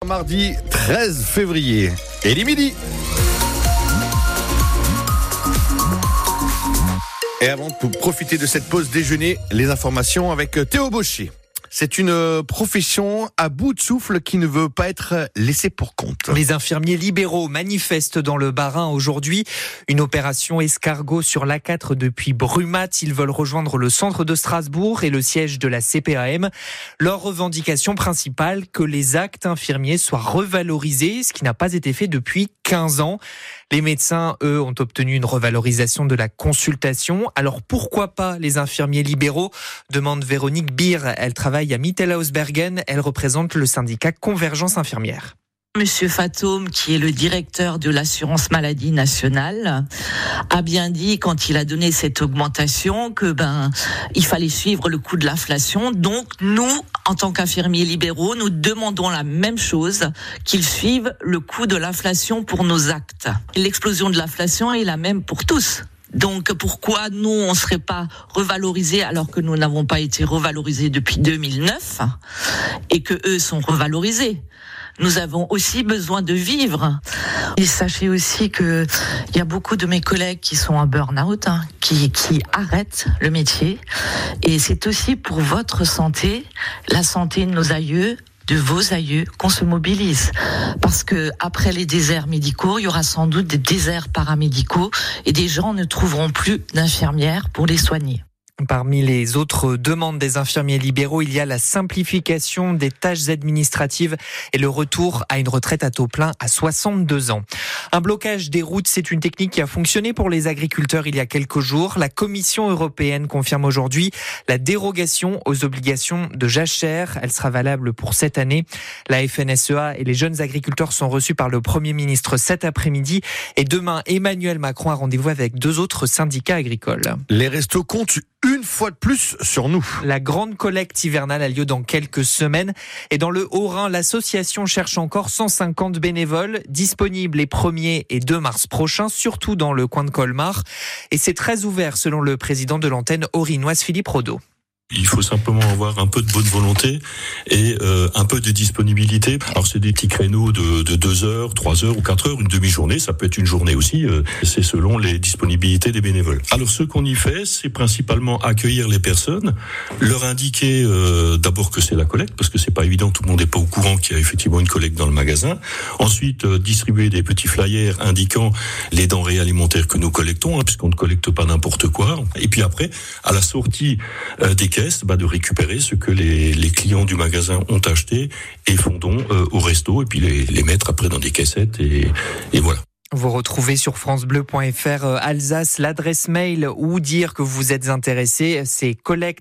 mardi 13 février. Et il est midi. Et avant de profiter de cette pause déjeuner, les informations avec Théo Baucher. C'est une profession à bout de souffle qui ne veut pas être laissée pour compte. Les infirmiers libéraux manifestent dans le Bas-Rhin aujourd'hui. Une opération escargot sur l'A4 depuis Brumat. Ils veulent rejoindre le centre de Strasbourg et le siège de la CPAM. Leur revendication principale, que les actes infirmiers soient revalorisés, ce qui n'a pas été fait depuis 15 ans. Les médecins, eux, ont obtenu une revalorisation de la consultation. Alors pourquoi pas les infirmiers libéraux ? Demande Véronique Beer. Elle travaille à Mittelhausbergen. Elle représente le syndicat Convergence Infirmière. Monsieur Fatome, qui est le directeur de l'assurance maladie nationale, a bien dit quand il a donné cette augmentation que il fallait suivre le coût de l'inflation. Donc nous, en tant qu'infirmiers libéraux, nous demandons la même chose, qu'ils suivent le coût de l'inflation pour nos actes. L'explosion de l'inflation est la même pour tous. Donc pourquoi nous on serait pas revalorisés alors que nous n'avons pas été revalorisés depuis 2009 et que eux sont revalorisés? Nous avons aussi besoin de vivre. Et sachez aussi que il y a beaucoup de mes collègues qui sont en burn-out, qui arrêtent le métier. Et c'est aussi pour votre santé, la santé de nos aïeux, de vos aïeux, qu'on se mobilise. Parce que après les déserts médicaux, il y aura sans doute des déserts paramédicaux et des gens ne trouveront plus d'infirmières pour les soigner. Parmi les autres demandes des infirmiers libéraux, il y a la simplification des tâches administratives et le retour à une retraite à taux plein à 62 ans. Un blocage des routes, c'est une technique qui a fonctionné pour les agriculteurs il y a quelques jours. La Commission européenne confirme aujourd'hui la dérogation aux obligations de jachère. Elle sera valable pour cette année. La FNSEA et les jeunes agriculteurs sont reçus par le Premier ministre cet après-midi. Et demain, Emmanuel Macron a rendez-vous avec 2 autres syndicats agricoles. Les restos comptent une fois de plus sur nous. La grande collecte hivernale a lieu dans quelques semaines. Et dans le Haut-Rhin, l'association cherche encore 150 bénévoles disponibles les 1er et 2 mars prochains, surtout dans le coin de Colmar. Et c'est très ouvert selon le président de l'antenne haut-rhinoise Philippe Rodeau. Il faut simplement avoir un peu de bonne volonté et un peu de disponibilité. Alors c'est des petits créneaux de 2 heures, 3 heures ou 4 heures, une demi-journée, ça peut être une journée aussi, c'est selon les disponibilités des bénévoles. Alors ce qu'on y fait, c'est principalement accueillir les personnes, leur indiquer d'abord que c'est la collecte, parce que c'est pas évident, tout le monde n'est pas au courant qu'il y a effectivement une collecte dans le magasin. Ensuite, distribuer des petits flyers indiquant les denrées alimentaires que nous collectons, puisqu'on ne collecte pas n'importe quoi. Et puis après, à la sortie des caisses, de récupérer ce que les clients du magasin ont acheté et font don au resto et puis les mettre après dans des caissettes et voilà. Vous retrouvez sur francebleu.fr Alsace l'adresse mail ou dire que vous êtes intéressé, c'est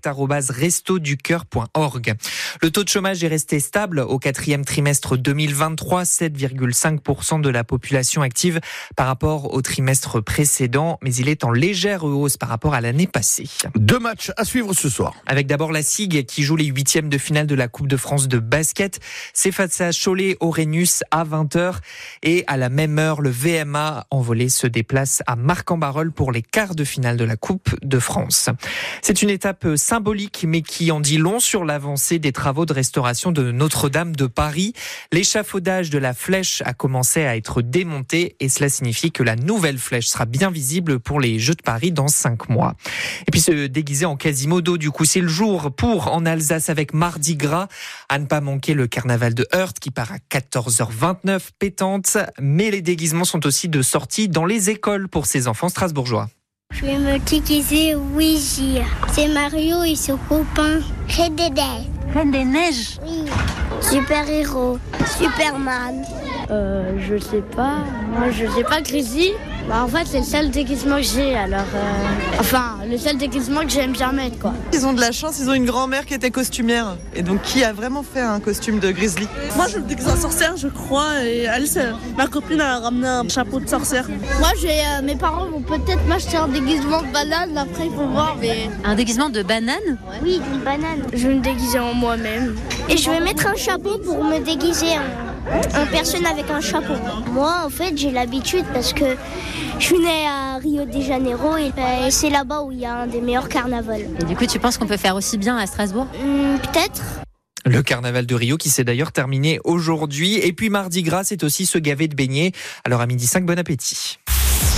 collecte@restoducoeur.org. Le taux de chômage est resté stable au 4e trimestre 2023, 7,5% de la population active par rapport au trimestre précédent, mais il est en légère hausse par rapport à l'année passée. 2 matchs à suivre ce soir. Avec d'abord la SIG qui joue les 8e de finale de la Coupe de France de basket. C'est face à Cholet-Aurénus à 20h et à la même heure, le VMA envolé se déplace à Marc-en-Barœul pour les quarts de finale de la Coupe de France. C'est une étape symbolique mais qui en dit long sur l'avancée des travaux de restauration de Notre-Dame de Paris. L'échafaudage de la flèche a commencé à être démonté et cela signifie que la nouvelle flèche sera bien visible pour les Jeux de Paris dans 5 mois. Et puis se déguiser en Quasimodo, du coup c'est le jour pour en Alsace avec Mardi Gras. À ne pas manquer le carnaval de Heurt qui part à 14h29 pétante, mais les déguisements sont aussi de sortie dans les écoles pour ces enfants strasbourgeois. Je vais me déguiser Ouija. C'est Mario et son copain. Reine des Neiges. Reine des Neiges ? Oui. Super-héros. Superman. Je sais pas. Moi, je sais pas, Grizzly. En fait, c'est le seul déguisement que j'ai, alors... le seul déguisement que j'aime bien mettre, quoi. Ils ont de la chance, ils ont une grand-mère qui était costumière. Et donc, qui a vraiment fait un costume de Grizzly. Moi, je me déguise en sorcière, je crois. Et Alice, ma copine, a ramené un chapeau de sorcière. Moi, mes parents vont peut-être m'acheter un déguisement de banane. Après, il faut voir, mais... Un déguisement de banane ? Oui, une banane. Je vais me déguiser en moi-même. Et je vais mettre un chapeau pour me déguiser en personne avec un chapeau. Moi, en fait, j'ai l'habitude parce que je suis née à Rio de Janeiro et c'est là-bas où il y a un des meilleurs carnavals. Et du coup, tu penses qu'on peut faire aussi bien à Strasbourg ? Peut-être. Le carnaval de Rio qui s'est d'ailleurs terminé aujourd'hui. Et puis Mardi Gras, c'est aussi se gaver de beignets. Alors à 12h05, bon appétit.